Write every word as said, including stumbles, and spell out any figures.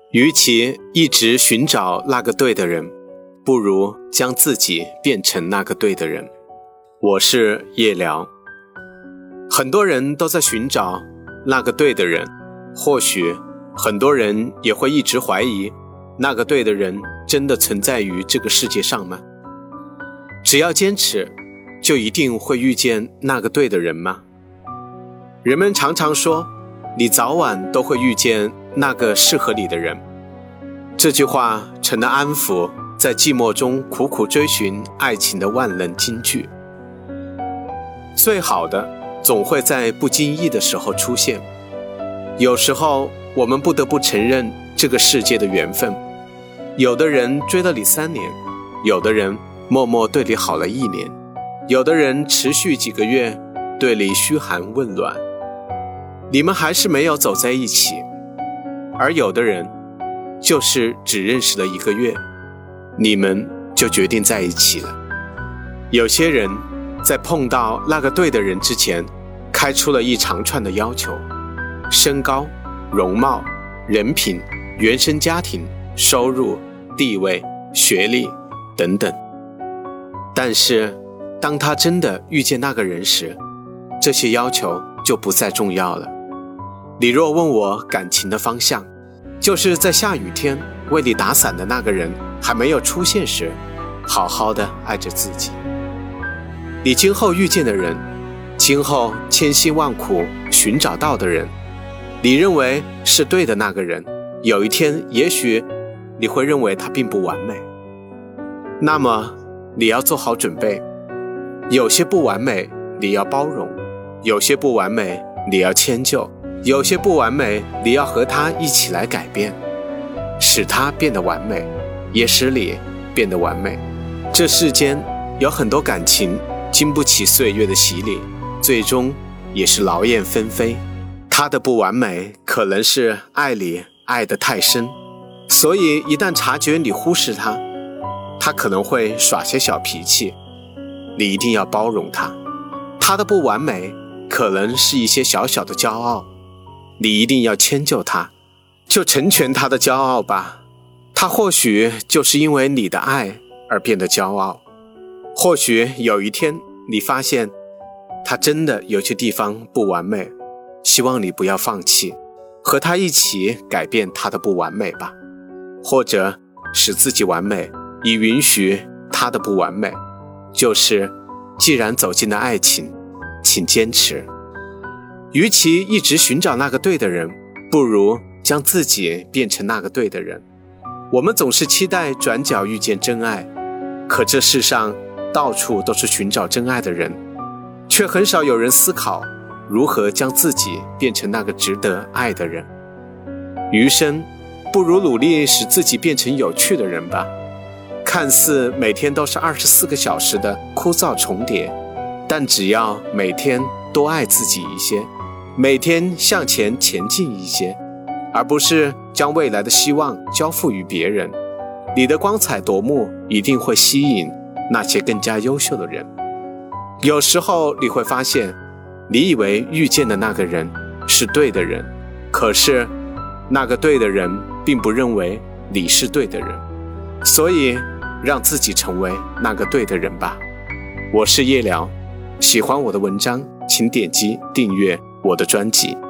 与其一直寻找那个对的人，不如将自己变成那个对的人。我是叶辽。很多人都在寻找那个对的人，或许很多人也会一直怀疑，那个对的人真的存在于这个世界上吗？只要坚持，就一定会遇见那个对的人吗？人们常常说，你早晚都会遇见那个适合你的人。这句话成了安抚在寂寞中苦苦追寻爱情的万能金句。最好的总会在不经意的时候出现。有时候我们不得不承认这个世界的缘分，有的人追了你三年，有的人默默对你好了一年，有的人持续几个月对你嘘寒问暖，你们还是没有走在一起。而有的人就是只认识了一个月，你们就决定在一起了。有些人在碰到那个对的人之前，开出了一长串的要求，身高、容貌、人品、原生家庭、收入、地位、学历等等。但是当他真的遇见那个人时，这些要求就不再重要了。你若问我感情的方向，就是在下雨天为你打伞的那个人还没有出现时，好好的爱着自己。你今后遇见的人，今后千辛万苦寻找到的人，你认为是对的那个人，有一天也许你会认为他并不完美。那么你要做好准备，有些不完美你要包容，有些不完美你要迁就，有些不完美你要和他一起来改变，使他变得完美，也使你变得完美。这世间有很多感情经不起岁月的洗礼，最终也是劳燕分飞。他的不完美可能是爱你爱得太深，所以一旦察觉你忽视他，他可能会耍些小脾气，你一定要包容他。他的不完美可能是一些小小的骄傲，你一定要迁就他，就成全他的骄傲吧。他或许就是因为你的爱而变得骄傲，或许有一天你发现他真的有些地方不完美，希望你不要放弃，和他一起改变他的不完美吧，或者使自己完美，以允许他的不完美。就是既然走进了爱情，请坚持。与其一直寻找那个对的人，不如将自己变成那个对的人。我们总是期待转角遇见真爱，可这世上到处都是寻找真爱的人，却很少有人思考如何将自己变成那个值得爱的人。余生不如努力使自己变成有趣的人吧。看似每天都是二十四个小时的枯燥重叠，但只要每天多爱自己一些，每天向前前进一些，而不是将未来的希望交付于别人，你的光彩夺目一定会吸引那些更加优秀的人。有时候你会发现，你以为遇见的那个人是对的人，可是那个对的人并不认为你是对的人，所以让自己成为那个对的人吧。我是叶辽，喜欢我的文章请点击订阅我的专辑。